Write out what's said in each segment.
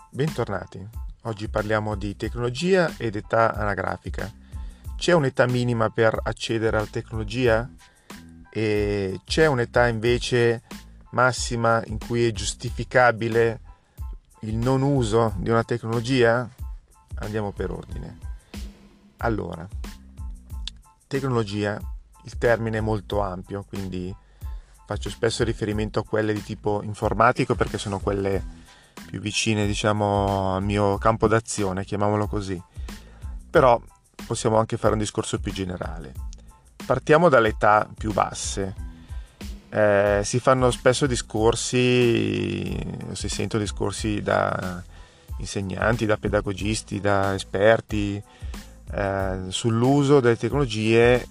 Bentornati. Oggi parliamo di tecnologia ed età anagrafica. C'è un'età minima per accedere alla tecnologia? E c'è un'età invece massima in cui è giustificabile il non uso di una tecnologia? Andiamo per ordine. Allora, tecnologia, il termine è molto ampio, quindi faccio spesso riferimento a quelle di tipo informatico perché sono quelle più vicine, diciamo, al mio campo d'azione, chiamiamolo così. Però possiamo anche fare un discorso più generale. Partiamo dalle età più basse. Si fanno spesso discorsi, si sentono discorsi da insegnanti, da pedagogisti, da esperti sull'uso delle tecnologie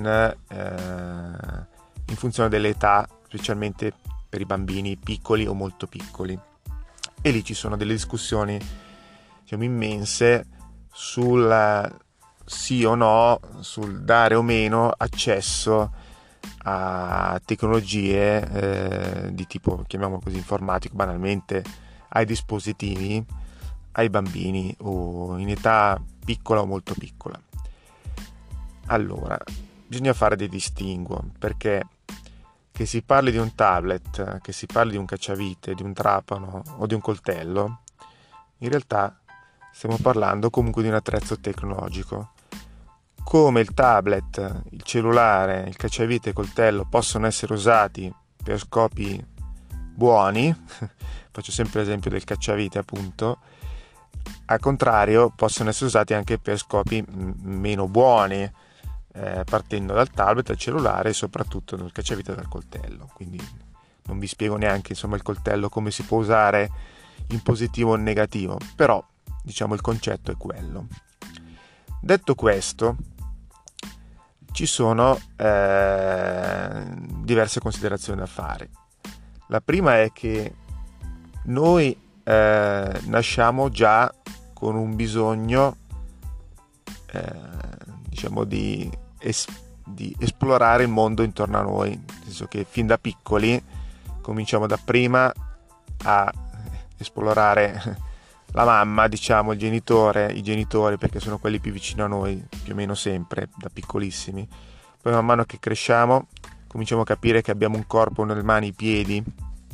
in funzione delle età, specialmente per i bambini piccoli o molto piccoli. E lì ci sono delle discussioni, diciamo, immense sul sì o no, sul dare o meno accesso a tecnologie di tipo, chiamiamolo così, informatico, banalmente, ai dispositivi, ai bambini o in età piccola o molto piccola. Allora, bisogna fare dei distinguo, perché che si parli di un tablet, che si parli di un cacciavite, di un trapano o di un coltello, in realtà stiamo parlando comunque di un attrezzo tecnologico. Come il tablet, il cellulare, il cacciavite e il coltello possono essere usati per scopi buoni, faccio sempre l'esempio del cacciavite appunto, al contrario possono essere usati anche per scopi meno buoni, partendo dal tablet, dal cellulare e soprattutto dal cacciavite e dal coltello. Quindi non vi spiego neanche insomma il coltello come si può usare in positivo o in negativo, però diciamo il concetto è quello. Detto questo, ci sono diverse considerazioni da fare. La prima è che noi nasciamo già con un bisogno diciamo di esplorare il mondo intorno a noi, nel senso che fin da piccoli cominciamo da prima a esplorare la mamma, diciamo, il genitore, i genitori, perché sono quelli più vicini a noi, più o meno sempre, da piccolissimi. Poi man mano che cresciamo cominciamo a capire che abbiamo un corpo, le mani, i piedi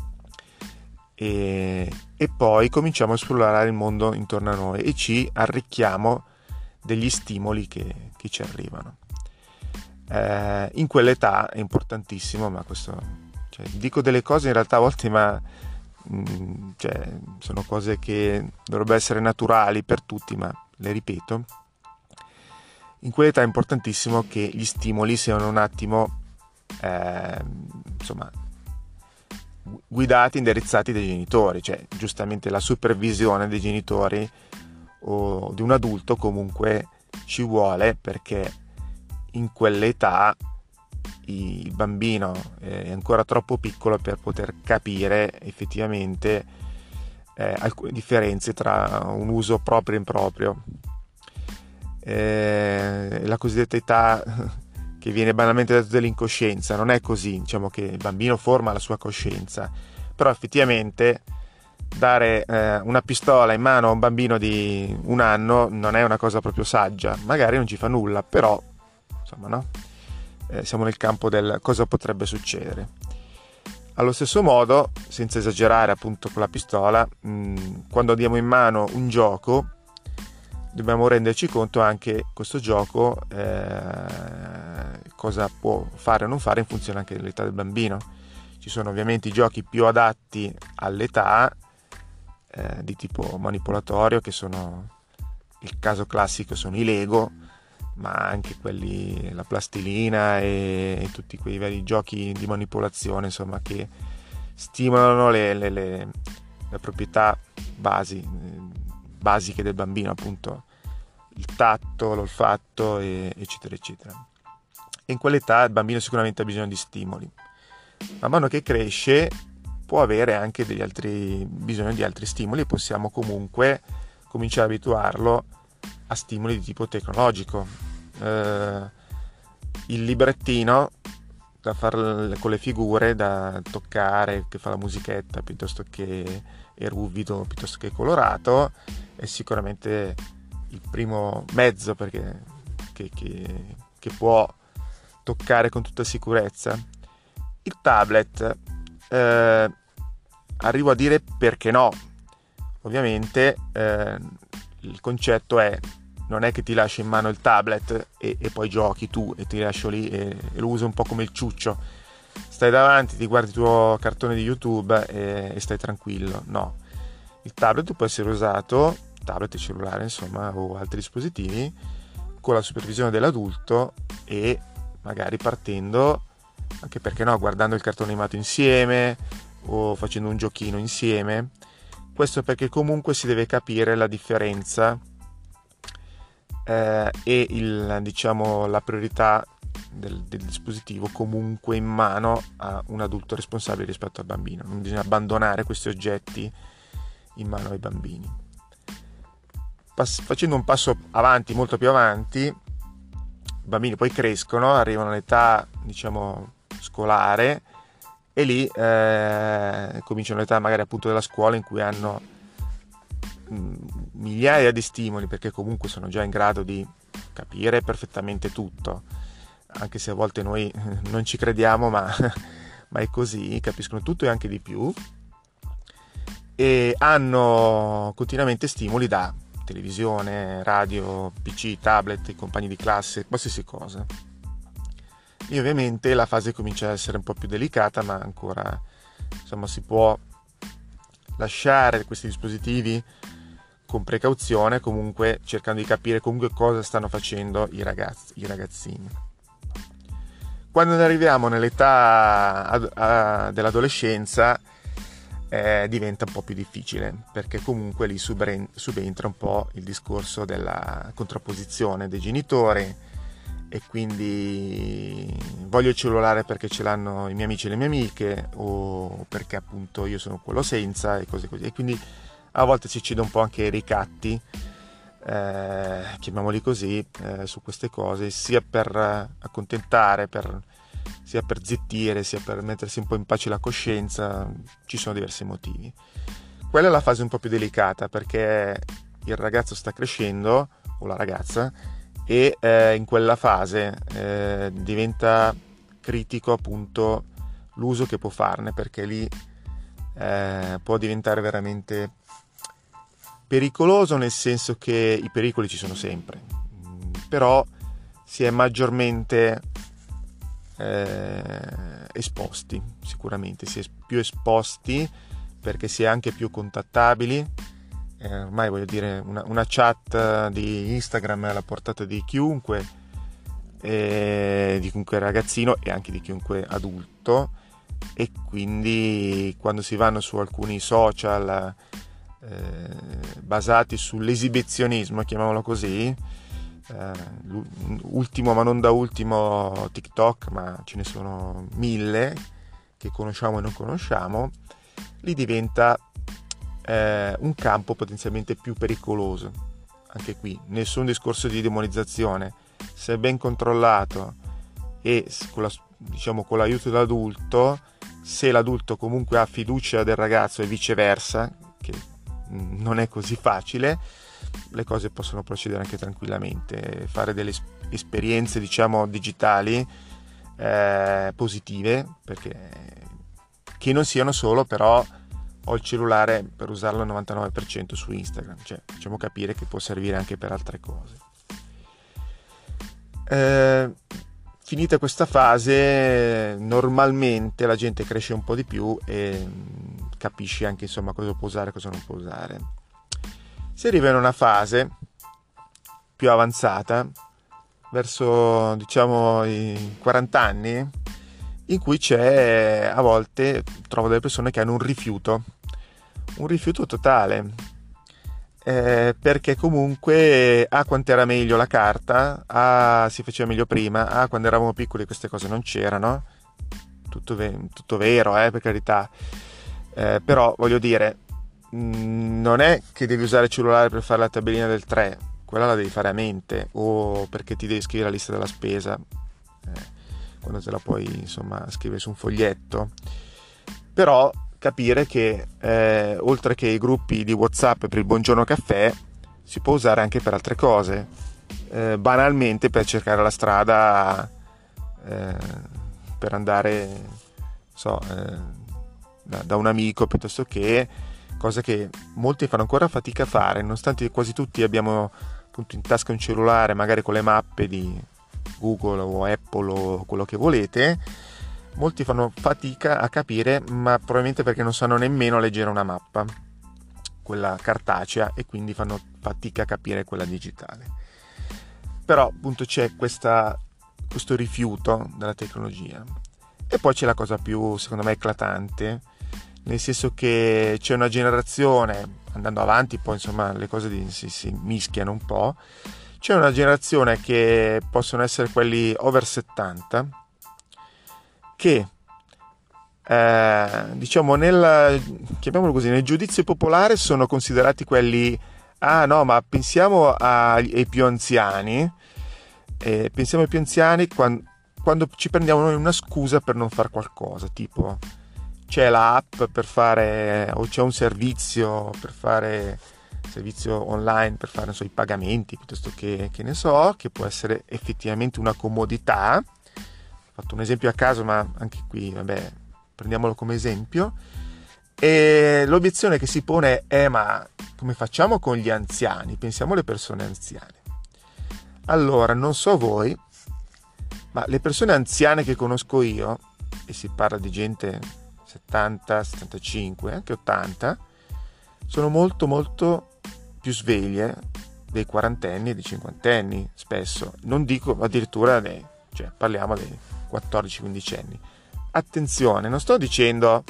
e poi cominciamo a esplorare il mondo intorno a noi e ci arricchiamo degli stimoli che ci arrivano. In quell'età è importantissimo, ma questo, cioè, dico delle cose in realtà a volte, ma cioè, sono cose che dovrebbero essere naturali per tutti, ma le ripeto. In quell'età è importantissimo che gli stimoli siano un attimo insomma guidati, indirizzati dai genitori, cioè giustamente la supervisione dei genitori o di un adulto comunque ci vuole, perché in quell'età il bambino è ancora troppo piccolo per poter capire effettivamente alcune differenze tra un uso proprio e improprio. La cosiddetta età che viene banalmente data dell'incoscienza non è così, diciamo che il bambino forma la sua coscienza, però effettivamente dare una pistola in mano a un bambino di un anno non è una cosa proprio saggia, magari non ci fa nulla, però insomma no, siamo nel campo del cosa potrebbe succedere. Allo stesso modo, senza esagerare appunto con la pistola, quando diamo in mano un gioco dobbiamo renderci conto anche questo gioco cosa può fare o non fare in funzione anche dell'età del bambino. Ci sono ovviamente i giochi più adatti all'età di tipo manipolatorio, che sono il caso classico, sono i Lego, ma anche quelli, la plastilina e tutti quei vari giochi di manipolazione, insomma, che stimolano le proprietà basiche del bambino, appunto il tatto, l'olfatto, eccetera eccetera. E in quell'età il bambino sicuramente ha bisogno di stimoli. Man mano che cresce può avere anche bisogno di altri stimoli, e possiamo comunque cominciare ad abituarlo a stimoli di tipo tecnologico. Il librettino da fare con le figure, da toccare, che fa la musichetta, piuttosto che è ruvido, piuttosto che colorato, è sicuramente il primo mezzo che può toccare con tutta sicurezza. Il tablet, arrivo a dire perché no. Ovviamente il concetto non è che ti lascio in mano il tablet e poi giochi tu e ti lascio lì e lo uso un po' come il ciuccio. Stai davanti, ti guardi il tuo cartone di YouTube e stai tranquillo. No, il tablet può essere usato, tablet e cellulare insomma, o altri dispositivi, con la supervisione dell'adulto e magari partendo, anche perché no, guardando il cartone animato insieme o facendo un giochino insieme. Questo perché comunque si deve capire la differenza e la priorità del dispositivo comunque in mano a un adulto responsabile rispetto al bambino. Non bisogna abbandonare questi oggetti in mano ai bambini. Facendo un passo avanti, molto più avanti, i bambini poi crescono, arrivano all'età scolare e lì cominciano l'età magari appunto della scuola, in cui hanno migliaia di stimoli, perché comunque sono già in grado di capire perfettamente tutto, anche se a volte noi non ci crediamo, ma è così, capiscono tutto e anche di più, e hanno continuamente stimoli da televisione, radio, PC, tablet, i compagni di classe, qualsiasi cosa. E ovviamente la fase comincia a essere un po' più delicata, ma ancora si può lasciare questi dispositivi con precauzione, comunque cercando di capire comunque cosa stanno facendo i ragazzini. Quando arriviamo nell'età dell'adolescenza diventa un po' più difficile, perché comunque lì subentra un po' il discorso della contrapposizione dei genitori, e quindi voglio il cellulare perché ce l'hanno i miei amici e le mie amiche, o perché appunto io sono quello senza, e cose così, e quindi a volte si cede un po' anche ai ricatti, chiamiamoli così, su queste cose, sia per accontentare, sia per zittire, sia per mettersi un po' in pace la coscienza. Ci sono diversi motivi. Quella è la fase un po' più delicata, perché il ragazzo sta crescendo, o la ragazza, e in quella fase diventa critico appunto l'uso che può farne, perché lì può diventare veramente pericoloso, nel senso che i pericoli ci sono sempre, però si è maggiormente esposti, sicuramente si è più esposti, perché si è anche più contattabili. Ormai voglio dire, una chat di Instagram è alla portata di chiunque ragazzino e anche di chiunque adulto, e quindi quando si vanno su alcuni social basati sull'esibizionismo, chiamiamolo così, ultimo ma non da ultimo TikTok, ma ce ne sono mille che conosciamo e non conosciamo, lì diventa un campo potenzialmente più pericoloso. Anche qui nessun discorso di demonizzazione, se ben controllato e con l'aiuto dell'adulto, se l'adulto comunque ha fiducia del ragazzo e viceversa, che non è così facile, le cose possono procedere anche tranquillamente, fare delle esperienze digitali positive, perché che non siano solo però ho il cellulare per usarlo al 99% su Instagram, cioè facciamo capire che può servire anche per altre cose. Finita questa fase, normalmente la gente cresce un po' di più e capisce anche cosa può usare e cosa non può usare. Si arriva in una fase più avanzata, verso i 40 anni, in cui c'è, a volte trovo delle persone che hanno un rifiuto totale, perché comunque quanto era meglio la carta, si faceva meglio prima, quando eravamo piccoli queste cose non c'erano, tutto vero, per carità, però voglio dire, non è che devi usare il cellulare per fare la tabellina del 3, quella la devi fare a mente, o perché ti devi scrivere la lista della spesa. quando te la puoi insomma scrivere su un foglietto. Però capire che oltre che i gruppi di WhatsApp per il buongiorno caffè si può usare anche per altre cose, banalmente per cercare la strada, per andare da un amico, piuttosto che cosa che molti fanno ancora fatica a fare, nonostante quasi tutti abbiamo appunto in tasca un cellulare, magari con le mappe di Google o Apple o quello che volete. Molti fanno fatica a capire, ma probabilmente perché non sanno nemmeno leggere una mappa, quella cartacea, e quindi fanno fatica a capire quella digitale. Però appunto c'è questo rifiuto della tecnologia. E poi c'è la cosa più, secondo me, eclatante, nel senso che c'è una generazione, andando avanti poi insomma le cose si mischiano un po', c'è una generazione che possono essere quelli over 70, che diciamo chiamiamolo così, nel giudizio popolare sono considerati quelli, no, ma pensiamo ai più anziani, quando ci prendiamo noi una scusa per non fare qualcosa, tipo c'è l'app per fare, o c'è un servizio online per fare i pagamenti, piuttosto che ne so, che può essere effettivamente una comodità. Ho fatto un esempio a caso, ma anche qui vabbè, prendiamolo come esempio. E l'obiezione che si pone è: ma come facciamo con gli anziani? Pensiamo alle persone anziane. Allora, non so voi, ma le persone anziane che conosco io, e si parla di gente 70, 75, anche 80, sono molto molto più sveglie dei quarantenni e dei cinquantenni, spesso. Non dico addirittura parliamo dei 14-15 anni. Attenzione, non sto dicendo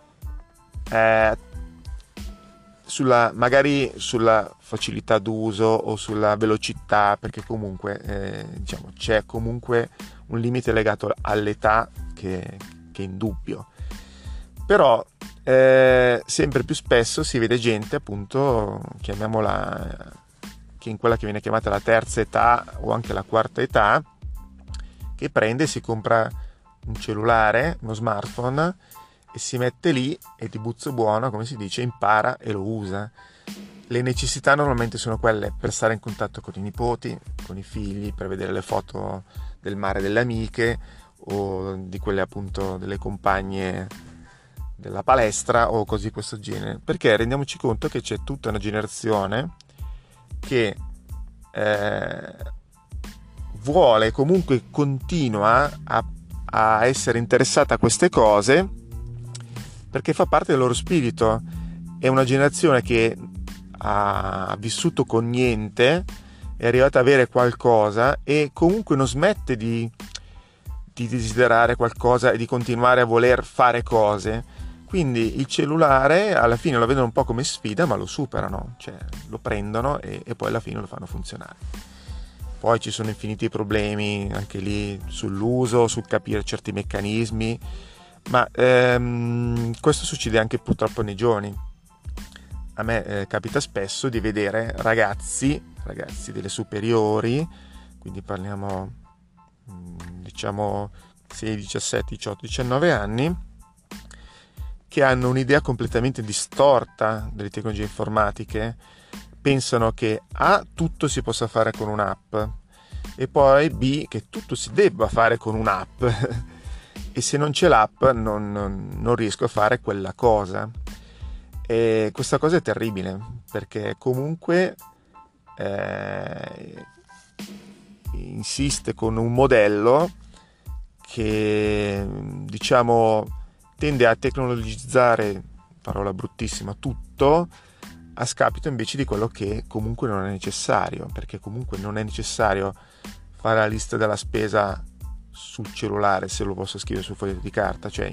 magari sulla facilità d'uso o sulla velocità, perché comunque c'è comunque un limite legato all'età che è indubbio. Però sempre più spesso si vede gente, appunto, chiamiamola, che in quella che viene chiamata la terza età o anche la quarta età, che prende e si compra un cellulare, uno smartphone, e si mette lì e di buzzo buono, come si dice, impara e lo usa. Le necessità normalmente sono quelle per stare in contatto con i nipoti, con i figli, per vedere le foto del mare delle amiche o di quelle appunto delle compagne della palestra o così di questo genere, perché rendiamoci conto che c'è tutta una generazione che vuole, comunque continua a essere interessata a queste cose perché fa parte del loro spirito. È una generazione che ha vissuto con niente, è arrivata ad avere qualcosa e comunque non smette di desiderare qualcosa e di continuare a voler fare cose. Quindi il cellulare alla fine lo vedono un po' come sfida, ma lo superano, cioè lo prendono e poi alla fine lo fanno funzionare. Poi ci sono infiniti problemi anche lì sull'uso, sul capire certi meccanismi, ma questo succede anche purtroppo nei giovani. A me capita spesso di vedere ragazzi delle superiori, quindi parliamo diciamo 16, 17, 18, 19 anni, che hanno un'idea completamente distorta delle tecnologie informatiche, pensano che A, tutto si possa fare con un'app, e poi B, che tutto si debba fare con un'app e se non c'è l'app non riesco a fare quella cosa. E questa cosa è terribile, perché comunque insiste con un modello che diciamo tende a tecnologizzare, parola bruttissima, tutto a scapito invece di quello che comunque non è necessario, perché comunque non è necessario fare la lista della spesa sul cellulare se lo posso scrivere sul foglio di carta, cioè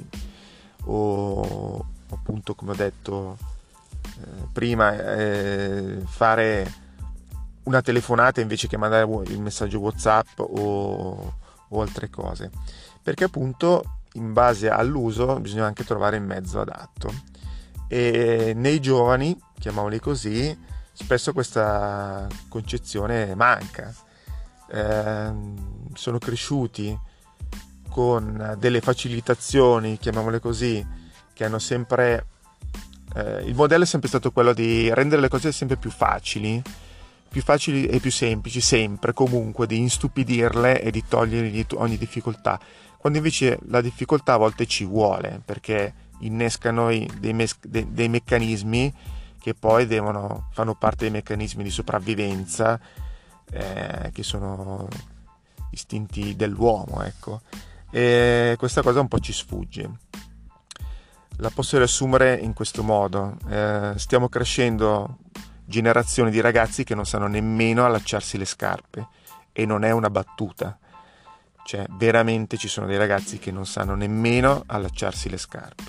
o appunto, come ho detto prima, fare una telefonata invece che mandare il messaggio WhatsApp o altre cose, perché appunto in base all'uso bisogna anche trovare il mezzo adatto. E nei giovani, chiamiamoli così, spesso questa concezione manca. Sono cresciuti con delle facilitazioni, chiamiamole così, che hanno sempre... il modello è sempre stato quello di rendere le cose sempre più facili e più semplici, sempre, comunque, di instupidirle e di togliergli ogni difficoltà, quando invece la difficoltà a volte ci vuole, perché innescano dei meccanismi che poi fanno parte dei meccanismi di sopravvivenza, che sono istinti dell'uomo, ecco. E questa cosa un po' ci sfugge. La posso riassumere in questo modo: stiamo crescendo generazioni di ragazzi che non sanno nemmeno allacciarsi le scarpe, e non è una battuta, cioè veramente ci sono dei ragazzi che non sanno nemmeno allacciarsi le scarpe.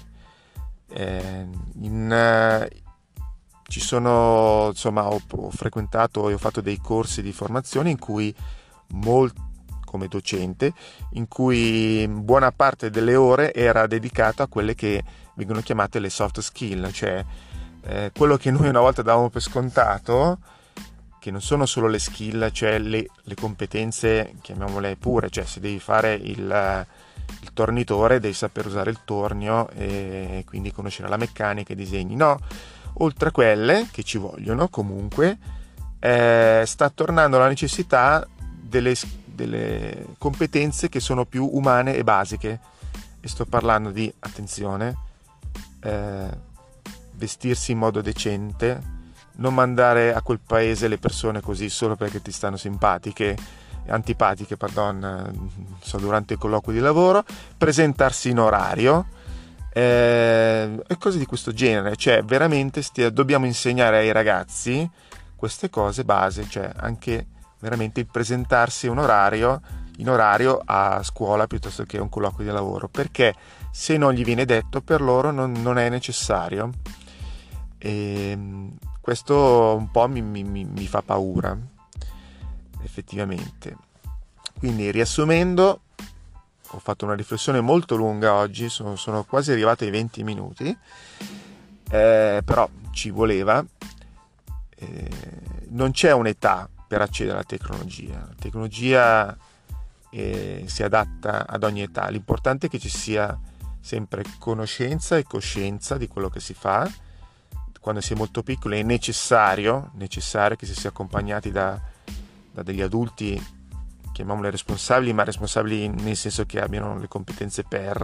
Ci sono, insomma, ho frequentato e ho fatto dei corsi di formazione in cui come docente, in cui buona parte delle ore era dedicata a quelle che vengono chiamate le soft skill, cioè quello che noi una volta davamo per scontato, che non sono solo le skill, cioè le competenze, chiamiamole pure, cioè se devi fare il tornitore devi saper usare il tornio e quindi conoscere la meccanica e i disegni. No, oltre a quelle che ci vogliono comunque, sta tornando la necessità delle competenze che sono più umane e basiche, e sto parlando di, attenzione, vestirsi in modo decente, non mandare a quel paese le persone così solo perché ti stanno antipatiche, durante i colloqui di lavoro, presentarsi in orario, e cose di questo genere. Cioè veramente dobbiamo insegnare ai ragazzi queste cose base, cioè anche veramente il presentarsi in orario a scuola piuttosto che a un colloquio di lavoro, perché se non gli viene detto, per loro non è necessario. E questo un po' mi fa paura, effettivamente. Quindi, riassumendo, ho fatto una riflessione molto lunga oggi, sono quasi arrivato ai 20 minuti, però ci voleva. Non c'è un'età per accedere alla tecnologia. La tecnologia si adatta ad ogni età. L'importante è che ci sia sempre conoscenza e coscienza di quello che si fa. Quando si è molto piccoli è necessario che si sia accompagnati da degli adulti, chiamiamoli responsabili, ma responsabili nel senso che abbiano le competenze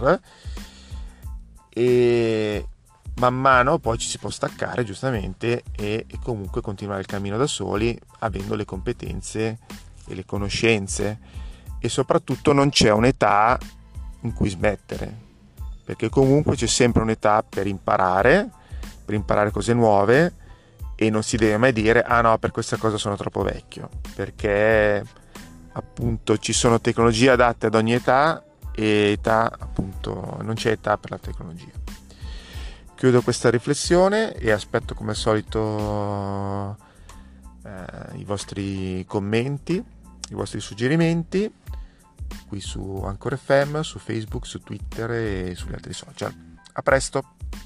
e man mano poi ci si può staccare, giustamente, e comunque continuare il cammino da soli, avendo le competenze e le conoscenze. E soprattutto non c'è un'età in cui smettere, perché comunque c'è sempre un'età per imparare cose nuove, e non si deve mai dire no, per questa cosa sono troppo vecchio, perché appunto ci sono tecnologie adatte ad ogni età, e appunto non c'è età per la tecnologia. Chiudo questa riflessione e aspetto come al solito i vostri commenti, i vostri suggerimenti qui su Anchor FM, su Facebook, su Twitter e sugli altri social. A presto!